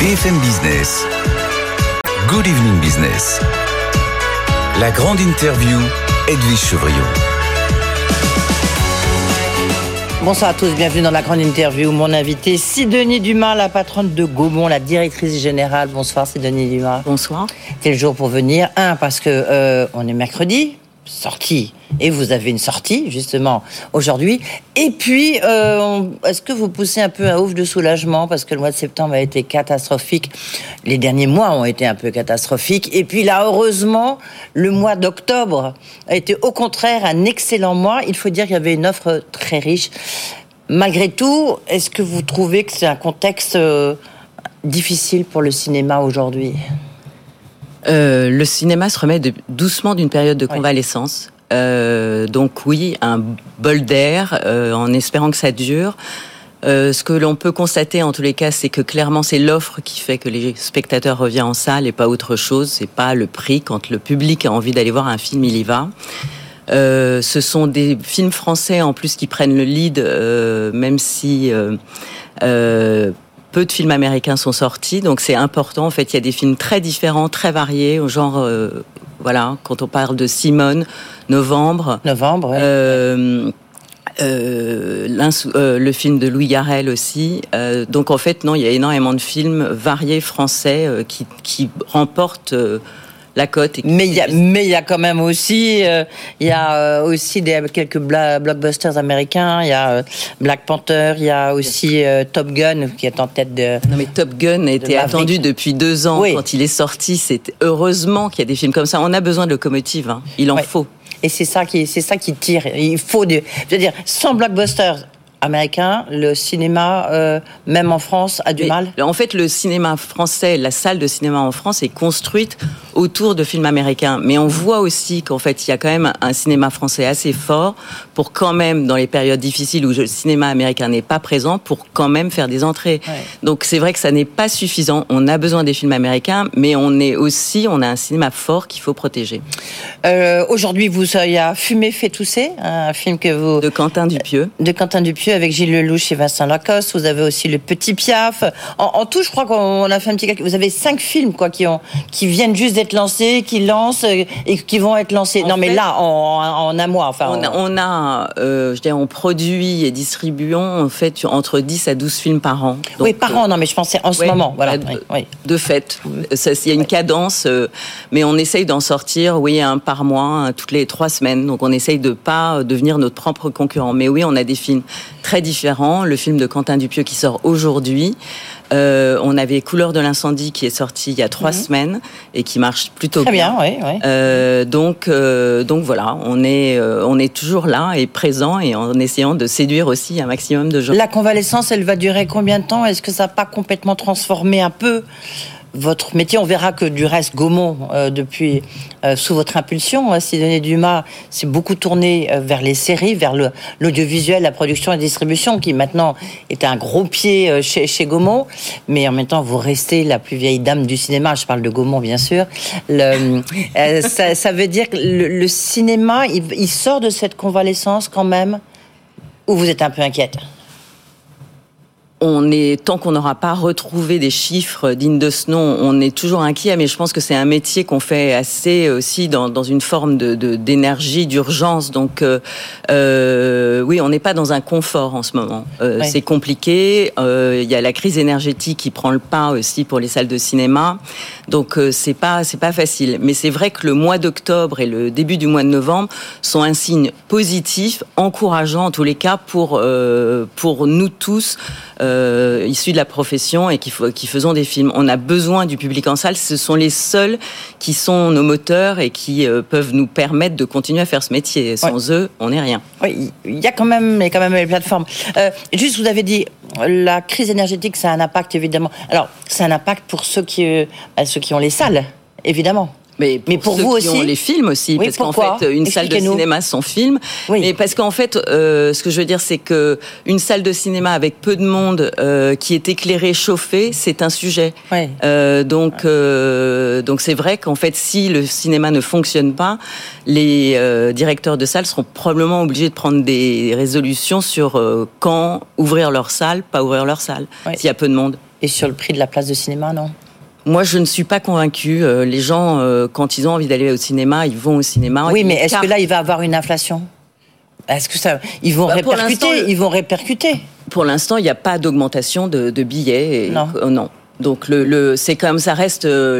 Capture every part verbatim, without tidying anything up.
B F M Business. Good Evening Business. La grande interview, Edwige Chevrillon. Bonsoir à tous, bienvenue dans la grande interview. Mon invité, Sidonie Dumas, la patronne de Gaumont, la directrice générale. Bonsoir Sidonie Dumas. Bonsoir. Quel jour pour venir? Un, parce que euh, on est mercredi, sortie, et vous avez une sortie justement aujourd'hui. Et puis, euh, on, est-ce que vous poussez un peu un ouf de soulagement parce que le mois de septembre a été catastrophique. Les derniers mois ont été un peu catastrophiques. Et puis là, heureusement, le mois d'octobre a été au contraire un excellent mois. Il faut dire qu'il y avait une offre très riche. Malgré tout, est-ce que vous trouvez que c'est un contexte euh, difficile pour le cinéma aujourd'hui ? Euh, le cinéma se remet de, doucement d'une période de convalescence. Oui. Euh, donc oui, un bol d'air, euh, en espérant que ça dure. Euh, ce que l'on peut constater en tous les cas, c'est que clairement c'est l'offre qui fait que les spectateurs reviennent en salle et pas autre chose. C'est pas le prix. Quand le public a envie d'aller voir un film, il y va. Euh, ce sont des films français en plus qui prennent le lead, euh, même si euh, euh, peu de films américains sont sortis, donc c'est important. En fait, il y a des films très différents, très variés, au genre, euh, voilà, quand on parle de Simone, Novembre, Novembre, oui. Euh, euh, euh, le film de Louis Garrel aussi. Euh, donc en fait, non, il y a énormément de films variés français euh, qui, qui remportent. Euh, la cote. Mais il y a, mais il y a quand même aussi, euh, il y a euh, aussi des quelques bla, blockbusters américains. Il y a euh, Black Panther, il y a aussi euh, Top Gun qui est en tête de. Non mais Top Gun a été attendu depuis deux ans. Oui. Quand il est sorti, c'est heureusement qu'il y a des films comme ça. On a besoin de locomotives, hein. Il en oui. faut. Et c'est ça qui, c'est ça qui tire. Il faut des, je veux dire, sans blockbusters américain, le cinéma, euh, même en France, a du Mais, mal. En fait, le cinéma français, la salle de cinéma en France est construite autour de films américains. Mais on voit aussi qu'en fait, il y a quand même un cinéma français assez fort pour quand même, dans les périodes difficiles où le cinéma américain n'est pas présent, pour quand même faire des entrées. Ouais. Donc c'est vrai que ça n'est pas suffisant. On a besoin des films américains, mais on est aussi, on a un cinéma fort qu'il faut protéger. Euh, aujourd'hui, vous, il y a Fumer fait tousser, un film que vous... De Quentin Dupieux. De Quentin Dupieux, avec Gilles Lelouch et Vincent Lacoste. Vous avez aussi le Petit Piaf. En, en tout, je crois qu'on a fait un petit calcul. Vous avez cinq films, quoi, qui ont, qui viennent juste d'être lancés, qui lancent et qui vont être lancés. En non, fait, mais là, en, en un mois, enfin. On a, on a euh, je dirais, on produit et distribuons, en fait, entre dix à douze films par an. Donc, oui, par an. Non, mais je pensais en ce ouais, moment, voilà. De, oui, oui. de fait. Ça, il y a une cadence, euh, mais on essaye d'en sortir, oui, un par mois, un, toutes les trois semaines. Donc, on essaye de pas devenir notre propre concurrent. Mais oui, on a des films très différents. Le film de Quentin Dupieux qui sort aujourd'hui. Euh, on avait Couleur de l'incendie qui est sorti il y a trois mmh. semaines et qui marche plutôt très bien. bien. Oui, oui. Euh, donc, euh, donc voilà, on est, euh, on est toujours là et présent et en essayant de séduire aussi un maximum de gens. La convalescence, elle va durer combien de temps ? Est-ce que ça n'a pas complètement transformé un peu votre métier? On verra que du reste, Gaumont, euh, depuis euh, sous votre impulsion, hein, Sidonie Dumas, s'est beaucoup tourné euh, vers les séries, vers le, l'audiovisuel, la production et la distribution, qui maintenant est un gros pied euh, chez, chez Gaumont. Mais en même temps, vous restez la plus vieille dame du cinéma. Je parle de Gaumont, bien sûr. Le, euh, ça, ça veut dire que le, le cinéma, il, il sort de cette convalescence quand même, ou vous êtes un peu inquiète ? On est, tant qu'on n'aura pas retrouvé des chiffres dignes de ce nom, on est toujours inquiet, mais je pense que c'est un métier qu'on fait assez aussi dans, dans une forme de, de, d'énergie, d'urgence. Donc, euh, euh, oui, on n'est pas dans un confort en ce moment. Euh, oui. C'est compliqué. Euh, il y a la crise énergétique qui prend le pas aussi pour les salles de cinéma. Donc, euh, c'est pas, c'est pas facile. Mais c'est vrai que le mois d'octobre et le début du mois de novembre sont un signe positif, encourageant en tous les cas pour, euh, pour nous tous, Euh, issus de la profession et qui, qui faisons des films. On a besoin du public en salle. Ce sont les seuls qui sont nos moteurs et qui euh, peuvent nous permettre de continuer à faire ce métier. Sans oui. eux, on n'est rien. Oui, il y a quand même, il y a quand même les plateformes. Euh, juste, vous avez dit, la crise énergétique, ça a un impact évidemment. Alors, c'est un impact pour ceux qui, euh, ceux qui ont les salles, évidemment. Mais pour, mais pour ceux vous qui aussi, ont les films aussi, oui, parce qu'en fait, une salle de cinéma, son film. Oui. Mais parce qu'en fait, euh, ce que je veux dire, c'est que une salle de cinéma avec peu de monde, euh, qui est éclairée, chauffée, c'est un sujet. Oui. Euh, donc, euh, donc c'est vrai qu'en fait, si le cinéma ne fonctionne pas, les euh, directeurs de salles seront probablement obligés de prendre des résolutions sur euh, quand ouvrir leur salle, pas ouvrir leur salle, oui. s'il y a peu de monde. Et sur le prix de la place de cinéma, non ? Moi, je ne suis pas convaincue. Euh, les gens, euh, quand ils ont envie d'aller au cinéma, ils vont au cinéma. Oui, mais est-ce car... que là, il va y avoir une inflation ? Est-ce que ça, ils vont bah, répercuter Ils vont répercuter. Pour l'instant, il n'y a pas d'augmentation de, de billets. Et, non. Euh, non. Donc le, le, c'est comme ça reste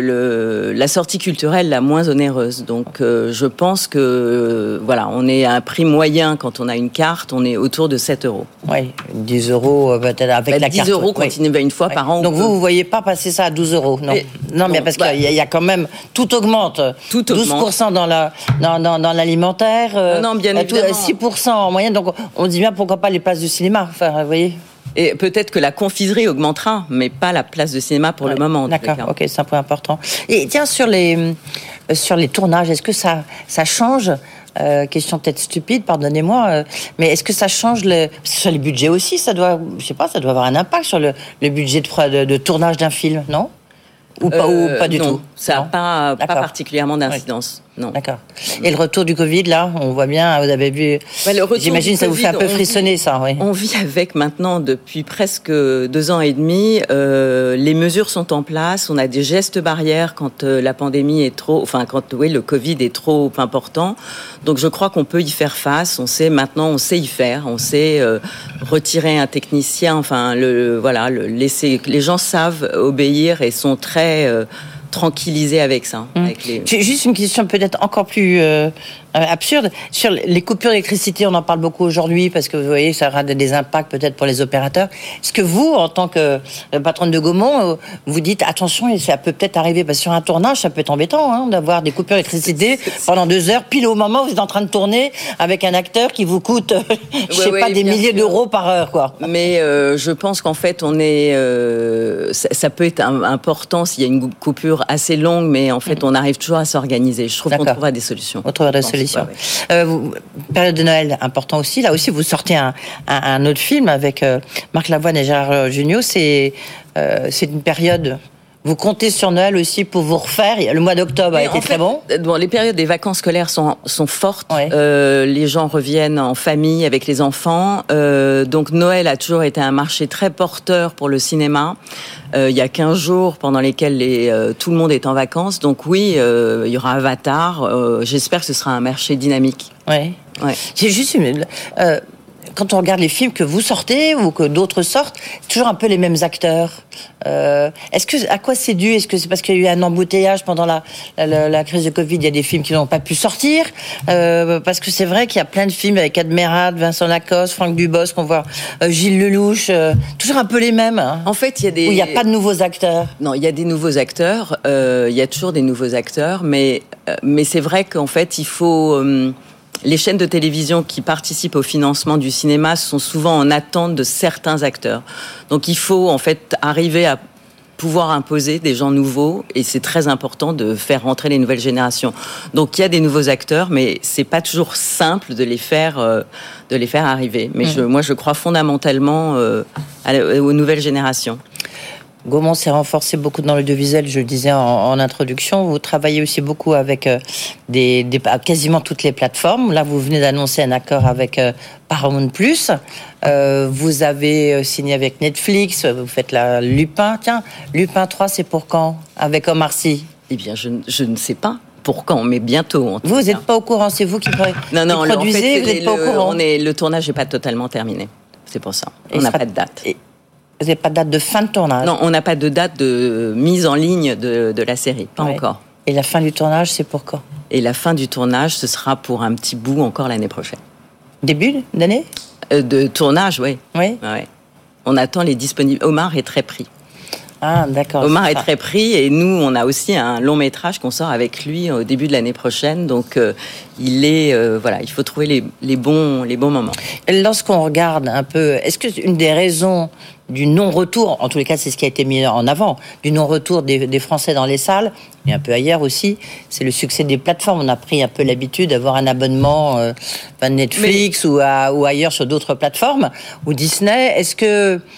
le, la sortie culturelle la moins onéreuse. Donc euh, je pense que euh, voilà, on est à un prix moyen quand on a une carte, on est autour de sept euros. Oui, dix euros peut-être avec bah, la dix carte. dix euros quand oui. il y va une fois oui. par an. Donc vous, vous voyez pas passer ça à douze euros, non. Et, non, mais non, parce bah, qu'il y, y a quand même tout augmente. Tout douze pour cent augmente. dans la dans dans, dans l'alimentaire. Euh, non, non, bien tout, évidemment. six pour cent en moyenne. Donc on dit bien pourquoi pas les places du cinéma. Enfin, vous voyez. Et peut-être que la confiserie augmentera, mais pas la place de cinéma pour ouais, le moment. D'accord, ok, c'est un point important. Et tiens, sur les, sur les tournages, est-ce que ça, ça change euh, question peut-être stupide, pardonnez-moi, euh, mais est-ce que ça change le, sur les budgets aussi, ça doit, je sais pas, ça doit avoir un impact sur le, le budget de, de, de tournage d'un film, non ? Ou pas, euh, ou pas du non, tout. Ça n'a pas, pas particulièrement d'incidence. Oui. Non. D'accord. Et le retour du Covid, là, on voit bien, vous avez vu. Bah, j'imagine que ça vous fait un peu frissonner, vit, ça, oui. On vit avec maintenant depuis presque deux ans et demi. Euh, les mesures sont en place. On a des gestes barrières quand euh, la pandémie est trop, enfin quand oui le Covid est trop important. Donc je crois qu'on peut y faire face. On sait maintenant, on sait y faire. On sait euh, retirer un technicien. Enfin le voilà, le laisser. Les gens savent obéir et sont très euh, tranquillisés avec ça. Mmh. Avec les... J'ai juste une question peut-être encore plus euh, absurde. Sur les coupures d'électricité, on en parle beaucoup aujourd'hui parce que vous voyez, ça aura des impacts peut-être pour les opérateurs. Est-ce que vous, en tant que patronne de Gaumont, vous dites attention, ça peut peut-être arriver parce que sur un tournage, ça peut être embêtant hein, d'avoir des coupures d'électricité pendant deux heures, pile au moment où vous êtes en train de tourner avec un acteur qui vous coûte, je sais ouais, pas, ouais, des milliers sûr. d'euros par heure, quoi. Mais euh, je pense qu'en fait, on est, euh, ça, ça peut être important s'il y a une coupure assez longue, mais en fait, mmh. on arrive toujours à s'organiser. Je trouve D'accord. qu'on trouvera des solutions. On trouvera des solutions. Ouais, ouais. Euh, vous, période de Noël important aussi. Là aussi, vous sortez un, un, un autre film avec euh, Marc Lavoine et Gérard Jugnot. C'est, euh, c'est une période. Vous comptez sur Noël aussi pour vous refaire. Le mois d'octobre a été très bon. Bon, les périodes des vacances scolaires sont, sont fortes. Ouais. Euh, les gens reviennent en famille avec les enfants. Euh, donc Noël a toujours été un marché très porteur pour le cinéma. Euh, il y a quinze jours pendant lesquels les, euh, tout le monde est en vacances. Donc oui, euh, il y aura Avatar. Euh, j'espère que ce sera un marché dynamique. Ouais. Ouais. J'ai juste une... Euh... Quand on regarde les films que vous sortez ou que d'autres sortent, c'est toujours un peu les mêmes acteurs. Euh, est-ce que à quoi c'est dû ? Est-ce que c'est parce qu'il y a eu un embouteillage pendant la, la, la crise de Covid ? Il y a des films qui n'ont pas pu sortir euh, parce que c'est vrai qu'il y a plein de films avec Admirade, Vincent Lacoste, Franck Dubosc, qu'on voit euh, Gilles Lelouch, euh, toujours un peu les mêmes. Hein, en fait, il y a des. Où il n'y a pas de nouveaux acteurs. Non, il y a des nouveaux acteurs. Euh, il y a toujours des nouveaux acteurs, mais euh, mais c'est vrai qu'en fait, il faut. Euh, Les chaînes de télévision qui participent au financement du cinéma sont souvent en attente de certains acteurs. Donc il faut en fait arriver à pouvoir imposer des gens nouveaux et c'est très important de faire rentrer les nouvelles générations. Donc il y a des nouveaux acteurs, mais c'est pas toujours simple de les faire euh, de les faire arriver. Mais mmh. je, moi je crois fondamentalement euh, à, aux nouvelles générations. Gaumont s'est renforcé beaucoup dans l'audiovisuel, je le disais en, en introduction. Vous travaillez aussi beaucoup avec euh, des, des, quasiment toutes les plateformes. Là, vous venez d'annoncer un accord avec euh, Paramount plus. Euh, vous avez signé avec Netflix, vous faites la Lupin. Tiens, Lupin trois, c'est pour quand ? Avec Omar Sy ? Eh bien, je, je ne sais pas. Pour quand, mais bientôt. En tout vous n'êtes pas au courant, c'est vous qui, non, non, qui produisez, en fait, vous n'êtes pas le, au courant. On est, le tournage n'est pas totalement terminé, c'est pour ça. On n'a pas de date. Et vous n'avez pas de date de fin de tournage ? Non, on n'a pas de date de mise en ligne de, de la série, pas ouais. encore. Et la fin du tournage, c'est pour quand ? Et la fin du tournage, ce sera pour un petit bout encore l'année prochaine. Début d'année ? euh, De tournage, oui. Oui. Ouais. On attend les disponibles. Omar est très pris. Ah, d'accord. Omar est très pris et nous, on a aussi un long métrage qu'on sort avec lui au début de l'année prochaine. Donc, euh, il est, euh, voilà, il faut trouver les, les bons, les bons moments. Lorsqu'on regarde un peu, est-ce que une des raisons du non-retour, en tous les cas, c'est ce qui a été mis en avant, du non-retour des, des Français dans les salles, et un peu ailleurs aussi, c'est le succès des plateformes. On a pris un peu l'habitude d'avoir un abonnement euh, Netflix Mais... ou, à, ou ailleurs sur d'autres plateformes, ou Disney. Est-ce que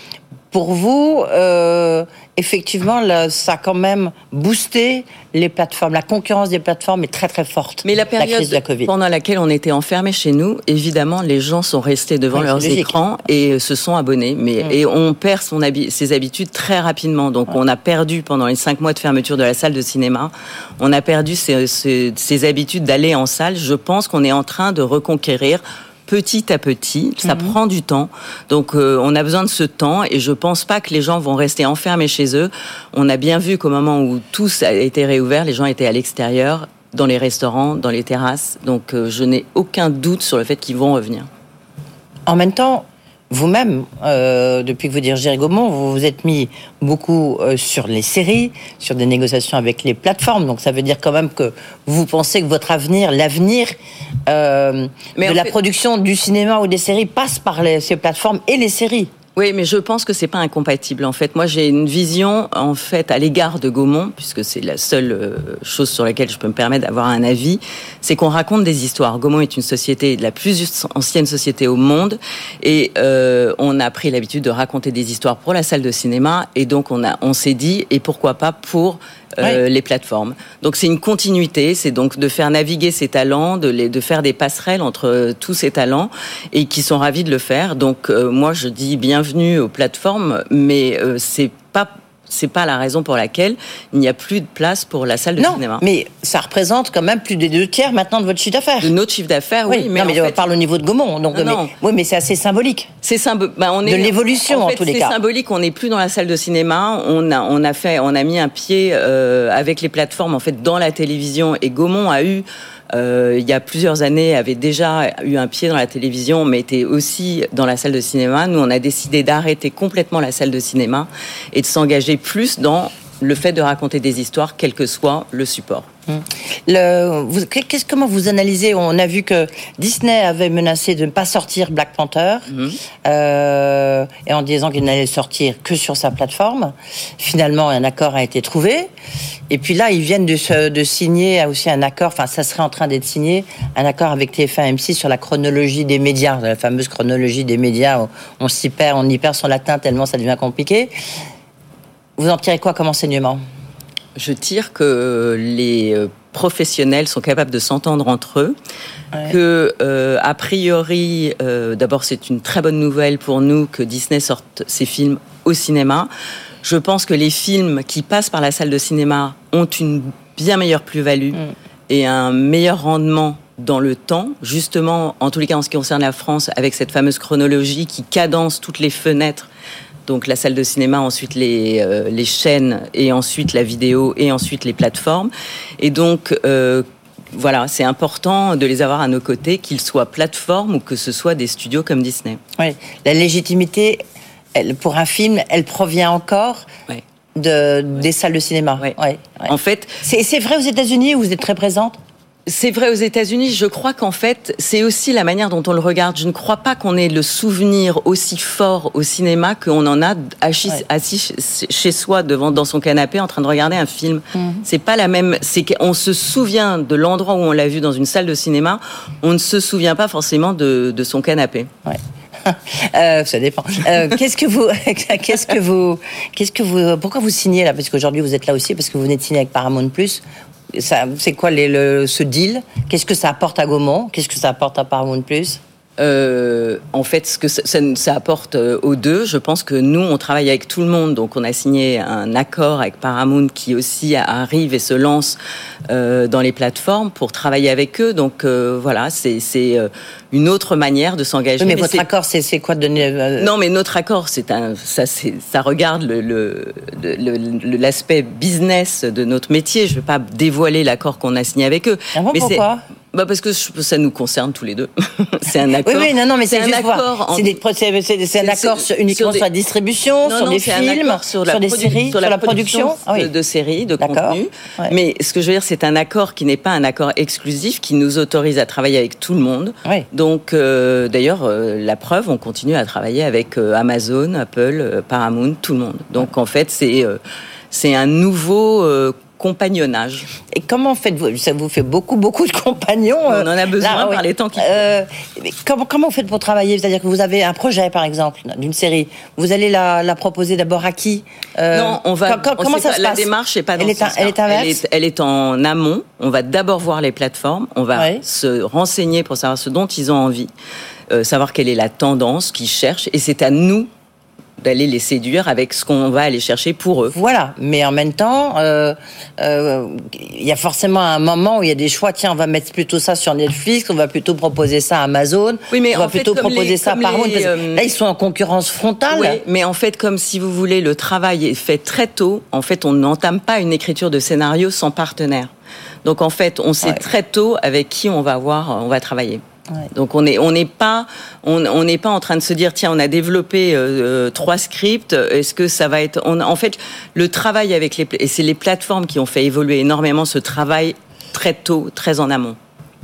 pour vous, euh, effectivement, là, ça a quand même boosté les plateformes. La concurrence des plateformes est très très forte. Mais la période la crise de la Covid. pendant laquelle on était enfermés chez nous, évidemment, les gens sont restés devant oui, leurs écrans et se sont abonnés. Mais mmh. et on perd son habi- ses habitudes très rapidement. Donc, ouais. on a perdu pendant les cinq mois de fermeture de la salle de cinéma, on a perdu ses, ses, ses habitudes d'aller en salle. Je pense qu'on est en train de reconquérir. Petit à petit, ça mmh. prend du temps. Donc, euh, on a besoin de ce temps et je pense pas que les gens vont rester enfermés chez eux. On a bien vu qu'au moment où tout a été réouvert, les gens étaient à l'extérieur, dans les restaurants, dans les terrasses. Donc, euh, je n'ai aucun doute sur le fait qu'ils vont revenir. En même temps, vous-même, euh, depuis que vous dirigez Gaumont, vous vous êtes mis beaucoup euh, sur les séries, sur des négociations avec les plateformes. Donc ça veut dire quand même que vous pensez que votre avenir, l'avenir euh, de la fait... production du cinéma ou des séries passe par les, ces plateformes et les séries. Oui, mais je pense que c'est pas incompatible. En fait, moi, j'ai une vision en fait à l'égard de Gaumont, puisque c'est la seule chose sur laquelle je peux me permettre d'avoir un avis, c'est qu'on raconte des histoires. Gaumont est une société, la plus ancienne société au monde, et euh, on a pris l'habitude de raconter des histoires pour la salle de cinéma, et donc on a, on s'est dit, et pourquoi pas pour Euh, oui. les plateformes. Donc c'est une continuité, c'est donc de faire naviguer ces talents, de, les, de faire des passerelles entre euh, tous ces talents et qui sont ravis de le faire. Donc euh, moi je dis bienvenue aux plateformes, mais euh, c'est pas c'est pas la raison pour laquelle il n'y a plus de place pour la salle de non, cinéma. Mais ça représente quand même plus des deux tiers maintenant de votre chiffre d'affaires. De notre chiffre d'affaires, oui. oui mais non, mais en on fait, parle au niveau de Gaumont. Donc, non, mais, non. Oui, mais c'est assez symbolique. C'est symbo- bah, on est, de l'évolution en, en, fait, en tous les c'est cas. C'est symbolique. On n'est plus dans la salle de cinéma. On a, on a fait, on a mis un pied euh, avec les plateformes en fait dans la télévision. Et Gaumont a eu Euh, il y a plusieurs années, avait déjà eu un pied dans la télévision, mais était aussi dans la salle de cinéma. Nous, on a décidé d'arrêter complètement la salle de cinéma et de s'engager plus dans le fait de raconter des histoires, quel que soit le support. Le, vous, qu'est-ce, comment vous analysez ? On a vu que Disney avait menacé de ne pas sortir Black Panther, mmh. euh, et en disant qu'il n'allait sortir que sur sa plateforme. Finalement, un accord a été trouvé. Et puis là, ils viennent de, de signer aussi un accord, enfin, ça serait en train d'être signé, un accord avec T F un M six sur la chronologie des médias, la fameuse chronologie des médias. On, on s'y perd, on y perd son latin tellement ça devient compliqué. Vous en tirez quoi comme enseignement ? Je tire que les professionnels sont capables de s'entendre entre eux, ouais. que euh, a priori, euh, d'abord c'est une très bonne nouvelle pour nous que Disney sorte ses films au cinéma. Je pense que les films qui passent par la salle de cinéma ont une bien meilleure plus-value mm. et un meilleur rendement dans le temps, justement, en tous les cas en ce qui concerne la France, avec cette fameuse chronologie qui cadence toutes les fenêtres. Donc la salle de cinéma, ensuite les, euh, les chaînes, et ensuite la vidéo, et ensuite les plateformes. Et donc, euh, voilà, c'est important de les avoir à nos côtés, qu'ils soient plateformes ou que ce soit des studios comme Disney. Oui, la légitimité, elle, pour un film, elle provient encore oui. de, oui. des salles de cinéma. Oui. Oui, oui. En fait... C'est, c'est vrai aux États-Unis où vous êtes très présente ? C'est vrai aux États-Unis. Je crois qu'en fait, c'est aussi la manière dont on le regarde. Je ne crois pas qu'on ait le souvenir aussi fort au cinéma qu'on en a assis, ouais. assis chez soi devant dans son canapé en train de regarder un film. Mmh. C'est pas la même. C'est qu'on se souvient de l'endroit où on l'a vu dans une salle de cinéma. On ne se souvient pas forcément de, de son canapé. Ouais. Euh, ça dépend. Euh, qu'est-ce que vous, qu'est-ce que vous, qu'est-ce que vous, pourquoi vous signez là ? Parce qu'aujourd'hui vous êtes là aussi parce que vous venez de signer avec Paramount Plus. Ça, c'est quoi les, le, ce deal ? Qu'est-ce que ça apporte à Gaumont ? Qu'est-ce que ça apporte à Paramount Plus ? Euh, en fait, ce que ça, ça, ça apporte aux deux, je pense que nous, on travaille avec tout le monde, donc on a signé un accord avec Paramount qui aussi arrive et se lance euh, dans les plateformes pour travailler avec eux. Donc euh, voilà, c'est, c'est une autre manière de s'engager. Oui, mais, mais votre c'est... accord, c'est, c'est quoi de donner euh... Non, mais notre accord, c'est un, ça, c'est, ça regarde le, le, le, le, l'aspect business de notre métier. Je ne vais pas dévoiler l'accord qu'on a signé avec eux. Ah bon, mais pourquoi ? c'est... Bah parce que ça nous concerne tous les deux. C'est un accord. Oui, oui, non, non, mais c'est, c'est juste un accord. En... C'est, des, c'est, c'est, c'est un accord sur, uniquement sur, des... sur la distribution, non, sur non, des films, sur, sur des produ... séries, sur la, sur la production, production ah, oui. de, de séries, de D'accord. contenu. Ouais. Mais ce que je veux dire, c'est un accord qui n'est pas un accord exclusif, qui nous autorise à travailler avec tout le monde. Oui. Donc, euh, d'ailleurs, euh, la preuve, on continue à travailler avec euh, Amazon, Apple, euh, Paramount, tout le monde. Donc, ouais. en fait, c'est euh, c'est un nouveau euh, compagnonnage. Et comment faites-vous? Ça vous fait beaucoup, beaucoup de compagnons. On en a besoin là, par oui. les temps qui euh, comment, comment vous faites pour travailler? C'est-à-dire que vous avez un projet, par exemple, d'une série. Vous allez la, la proposer d'abord à qui? euh, Non, on va. Quand, on comment ça pas, se la passe? démarche n'est pas dans elle ce est, elle est inverse. Elle est, elle est en amont. On va d'abord voir les plateformes. On va oui. se renseigner pour savoir ce dont ils ont envie, euh, savoir quelle est la tendance qu'ils cherchent, et c'est à nous d'aller les séduire avec ce qu'on va aller chercher pour eux. Voilà, mais en même temps, il euh, euh, y a forcément un moment où il y a des choix. Tiens, on va mettre plutôt ça sur Netflix, on va plutôt proposer ça à Amazon, oui, mais on va fait, plutôt proposer les, ça à Paramount. Les, euh... Là, ils sont en concurrence frontale. Oui, mais en fait, comme si vous voulez, le travail est fait très tôt. En fait, on n'entame pas une écriture de scénario sans partenaire. Donc, en fait, on sait ouais. très tôt avec qui on va avoir, on va travailler. Ouais. Donc on est on n'est pas on on n'est pas en train de se dire tiens on a développé euh, trois scripts, est-ce que ça va être on en fait le travail avec les et c'est les plateformes qui ont fait évoluer énormément ce travail très tôt, très en amont.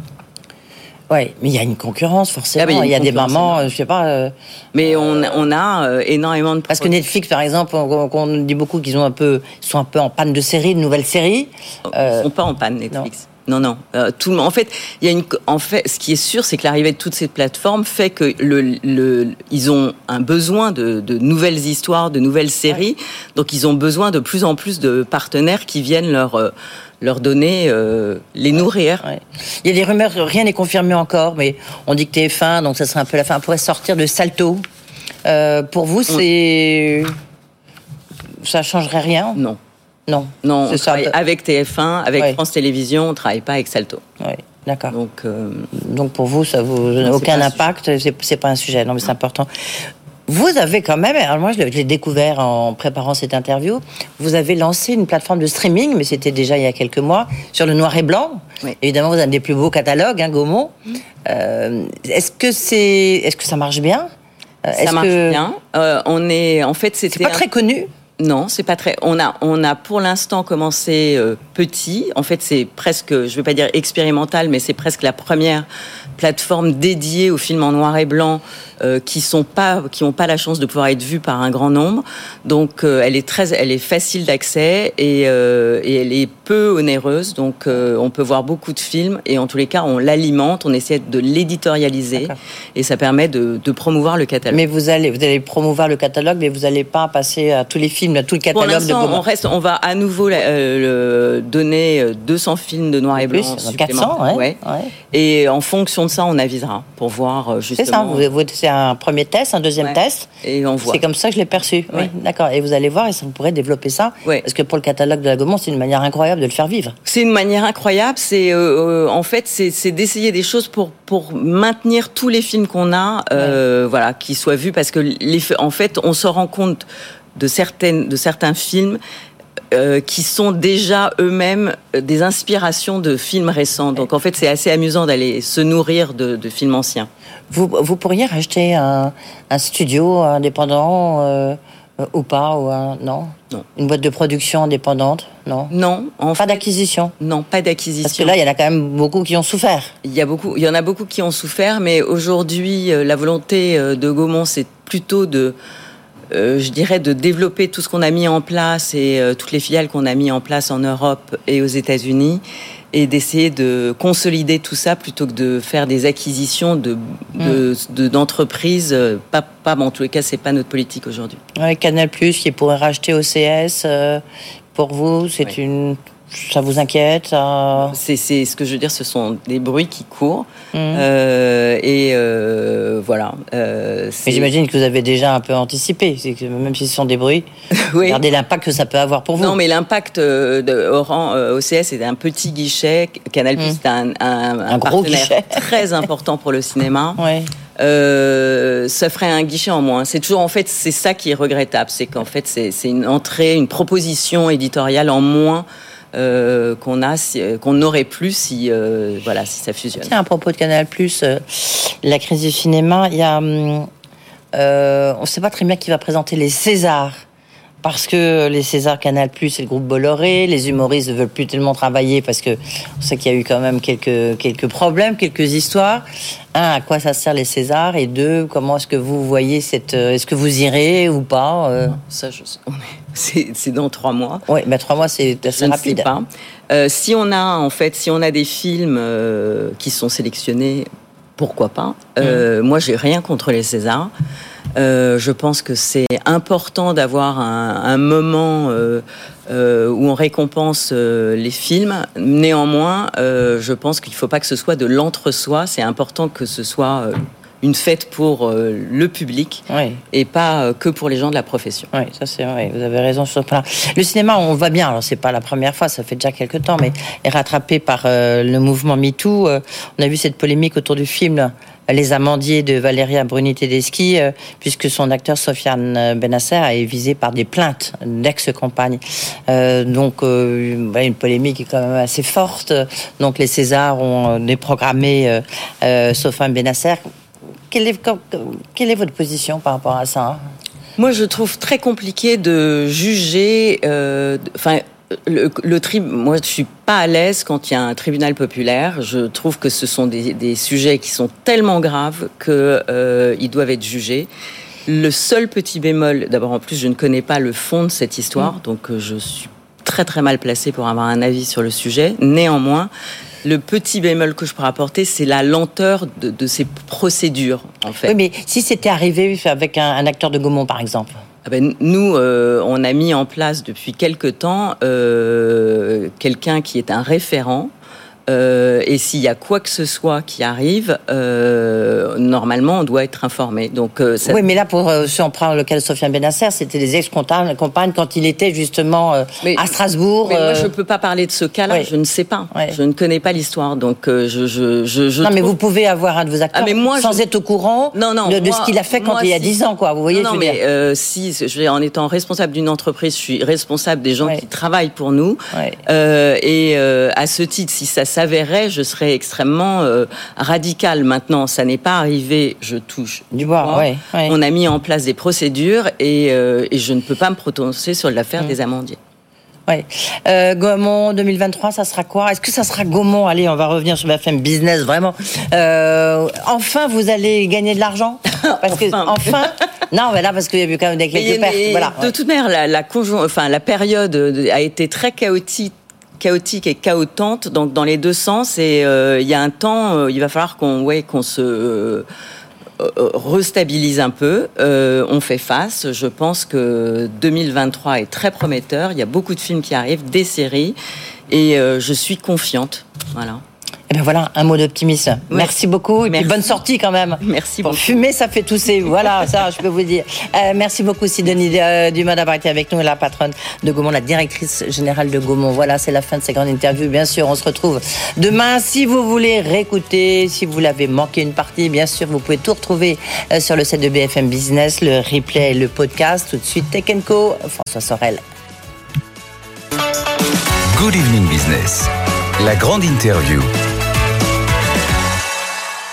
Ouais, mais il y a une concurrence forcément. Ah, il y a, il y a des mamans, euh, je sais pas. Euh, mais on on a euh, énormément de parce que Netflix par exemple, on, on dit beaucoup qu'ils ont un peu ils sont un peu en panne de séries, de nouvelles séries. Euh, ils sont pas en panne Netflix. Non. Non, non. Euh, tout le monde. En fait, il y a une. En fait, ce qui est sûr, c'est que l'arrivée de toutes ces plateformes fait que le, le, ils ont un besoin de, de nouvelles histoires, de nouvelles séries. Ouais. Donc, ils ont besoin de plus en plus de partenaires qui viennent leur euh, leur donner, euh, les nourrir. Ouais. Il y a des rumeurs, rien n'est confirmé encore, mais on dit que T F un, donc ça serait un peu la fin, pourrait sortir de Salto. Euh, pour vous, c'est on... ça changerait rien? Non. Non, non, on travaille avec T F un, avec ouais. France Télévisions, on ne travaille pas avec Salto. Oui, d'accord. Donc, euh... donc pour vous, ça vous n'a aucun impact, c'est, c'est pas un sujet, non mais c'est important. Vous avez quand même, alors moi je l'ai découvert en préparant cette interview, vous avez lancé une plateforme de streaming, mais c'était déjà il y a quelques mois, sur le noir et blanc. Oui. Évidemment, vous avez un des plus beaux catalogues, hein, Gaumont. Mmh. Euh, est-ce que c'est, est-ce que ça marche bien? Ça est-ce marche que... bien. Euh, on est, en fait, c'était. C'est pas un... très connu. Non, c'est pas très. On a, on a pour l'instant commencé euh, petit. En fait, c'est presque, je vais pas dire expérimental, mais c'est presque la première plateforme dédiée aux films en noir et blanc euh, qui sont pas, qui ont pas la chance de pouvoir être vus par un grand nombre. Donc, euh, elle est très, elle est facile d'accès et, euh, et elle est peu onéreuse. Donc, euh, on peut voir beaucoup de films et en tous les cas, on l'alimente, on essaie de l'éditorialiser. D'accord. Et ça permet de, de promouvoir le catalogue. Mais vous allez, vous allez promouvoir le catalogue, mais vous allez pas passer à tous les films, à tout le catalogue. Pour l'instant, de Gaumont. on reste, on va à nouveau euh, le, donner deux cents films de noir et blanc supplémentaires. quatre cents, ouais, ouais. ouais. Et en fonction de ça, on avisera pour voir justement. C'est ça. Vous, vous, c'est un premier test, un deuxième ouais. test. Et on voit. C'est comme ça que je l'ai perçu. Ouais. Oui, d'accord. Et vous allez voir, et ça vous pourrez développer ça. Ouais. Parce que pour le catalogue de la Gaumont, c'est une manière incroyable de le faire vivre. C'est une manière incroyable. C'est euh, en fait, c'est, c'est d'essayer des choses pour pour maintenir tous les films qu'on a, euh, ouais. voilà, qui soient vus, parce que les, en fait, on se rend compte de certaines, de certains films. Euh, qui sont déjà eux-mêmes des inspirations de films récents. Donc en fait, c'est assez amusant d'aller se nourrir de, de films anciens. Vous, vous pourriez racheter un, un studio indépendant euh, ou pas ou un, non, non. Une boîte de production indépendante? Non. Non. En pas fait, d'acquisition. Non, pas d'acquisition. Parce que là, il y en a quand même beaucoup qui ont souffert. Il y a beaucoup, il y en a beaucoup qui ont souffert, mais aujourd'hui, la volonté de Gaumont, c'est plutôt de Euh, je dirais de développer tout ce qu'on a mis en place et euh, toutes les filiales qu'on a mis en place en Europe et aux États-Unis, et d'essayer de consolider tout ça plutôt que de faire des acquisitions de, de, mmh. de, d'entreprises. Pas, pas, bon, en tous les cas, c'est pas notre politique aujourd'hui. Ouais, Canal+, qui pourrait racheter O C S, euh, pour vous, c'est ouais. une... Ça vous inquiète? euh... c'est, c'est ce que je veux dire, ce sont des bruits qui courent. Mmh. Euh, et euh, voilà. Euh, Mais j'imagine que vous avez déjà un peu anticipé, c'est que même si ce sont des bruits, oui. Regardez l'impact que ça peut avoir pour vous. Non, mais l'impact de Oran, O C S, c'est un petit guichet. Canal+, mmh. c'est un, un, un, un gros partenaire guichet. Très important pour le cinéma. Ouais. Euh, ça ferait un guichet en moins. C'est toujours, en fait, c'est ça qui est regrettable, c'est qu'en fait, c'est, c'est une entrée, une proposition éditoriale en moins. Euh, qu'on a, si, qu'on n'aurait plus si, euh, voilà, si ça fusionne. Tiens, à propos de Canal+, euh, la crise du cinéma, il y a, euh, on ne sait pas très bien qui va présenter les Césars, parce que les Césars Canal+, c'est le groupe Bolloré, les humoristes ne veulent plus tellement travailler parce que on sait qu'il y a eu quand même quelques quelques problèmes, quelques histoires. Un, à quoi ça sert les Césars, et deux, comment est-ce que vous voyez cette, est-ce que vous irez ou pas? euh... Non, ça, je, on est... c'est, c'est dans trois mois. Oui, mais trois mois, c'est assez Je rapide. Ne sais pas. Euh, si on a, en fait, si on a des films euh, qui sont sélectionnés, pourquoi pas. Euh, mmh. Moi, j'ai rien contre les Césars. Euh, je pense que c'est important d'avoir un, un moment euh, euh, où on récompense euh, les films. Néanmoins, euh, je pense qu'il ne faut pas que ce soit de l'entre-soi. C'est important que ce soit euh, une fête pour euh, le public, oui. et pas euh, que pour les gens de la profession. Oui, ça c'est vrai. Vous avez raison sur ce point. Le cinéma, on va bien. Alors c'est pas la première fois, ça fait déjà quelques temps, mais est rattrapé par euh, le mouvement MeToo. Euh, on a vu cette polémique autour du film Les Amandiers de Valéria Bruni-Tedeschi, euh, puisque son acteur Sofiane Benasser est visé par des plaintes d'ex-compagnes. Euh, donc, euh, bah, une polémique est quand même assez forte. Donc, les Césars ont déprogrammé euh, euh, Sofiane Benasser. Quelle est, quelle est votre position par rapport à ça ? Moi, je trouve très compliqué de juger... Euh, enfin, Le, le tri... Moi, je suis pas à l'aise quand il y a un tribunal populaire. Je trouve que ce sont des, des sujets qui sont tellement graves que euh, ils doivent être jugés. Le seul petit bémol, d'abord en plus, je ne connais pas le fond de cette histoire, mmh. donc euh, je suis très très mal placée pour avoir un avis sur le sujet. Néanmoins, le petit bémol que je pourrais apporter, c'est la lenteur de, de ces procédures, en fait. Oui, mais si c'était arrivé avec un, un acteur de Gaumont, par exemple. Ah ben, nous, euh, on a mis en place depuis quelque temps euh, quelqu'un qui est un référent. Euh, et s'il y a quoi que ce soit qui arrive, euh, normalement, on doit être informé. Donc, euh, ça... Oui, mais là, pour euh, si on prend le cas de Sofiane Benasser, c'était des ex-compagnes quand il était justement euh, mais, à Strasbourg. Mais euh... moi, je ne peux pas parler de ce cas-là. Oui. Je ne sais pas. Oui. Je ne connais pas l'histoire. Donc, euh, je, je, je, je. Non, trouve... mais vous pouvez avoir un de vos acteurs ah, mais moi, sans je... être au courant non, non, de, de moi, ce qu'il a fait quand moi, il y a dix si... ans, quoi. Vous voyez, non, non, je veux mais dire. Euh, si, je veux dire, en étant responsable d'une entreprise, je suis responsable des gens oui. qui travaillent pour nous. Oui. Euh, et euh, à ce titre, si ça s'avérait, je serais extrêmement euh, radical. Maintenant, ça n'est pas arrivé, je touche du bois. Ouais, ouais. On a mis en place des procédures et, euh, et je ne peux pas me prononcer sur l'affaire mmh. des Amandiers. Oui. Euh, Gaumont deux mille vingt-trois, ça sera quoi ? Est-ce que ça sera Gaumont ? Allez, on va revenir sur B F M Business, vraiment. Euh, enfin, vous allez gagner de l'argent ? Parce que, enfin, enfin non, mais là, parce qu'il y a eu quand même des quelques pertes. Voilà. De ouais. toute manière, la, la, conjon... enfin, la période a été très chaotique. chaotique et chaotante, donc dans les deux sens, et il euh, y a un temps, euh, il va falloir qu'on, ouais, qu'on se euh, euh, restabilise un peu. Euh, on fait face. Je pense que deux mille vingt-trois est très prometteur. Il y a beaucoup de films qui arrivent, des séries, et euh, je suis confiante. Voilà. Et ben voilà, un mot d'optimisme. Oui. Merci beaucoup et merci. Puis bonne sortie quand même. Merci Pour beaucoup. Fumer, ça fait tousser. Voilà, ça, je peux vous dire. Euh, merci beaucoup, Sidonie euh, Dumas, d'avoir été avec nous, la patronne de Gaumont, la directrice générale de Gaumont. Voilà, c'est la fin de ces grandes interviews. Bien sûr, on se retrouve demain. Si vous voulez réécouter, si vous l'avez manqué une partie, bien sûr, vous pouvez tout retrouver euh, sur le site de B F M Business, le replay, le podcast. Tout de suite, Tech and Co, François Sorel. Good Evening Business, la grande interview.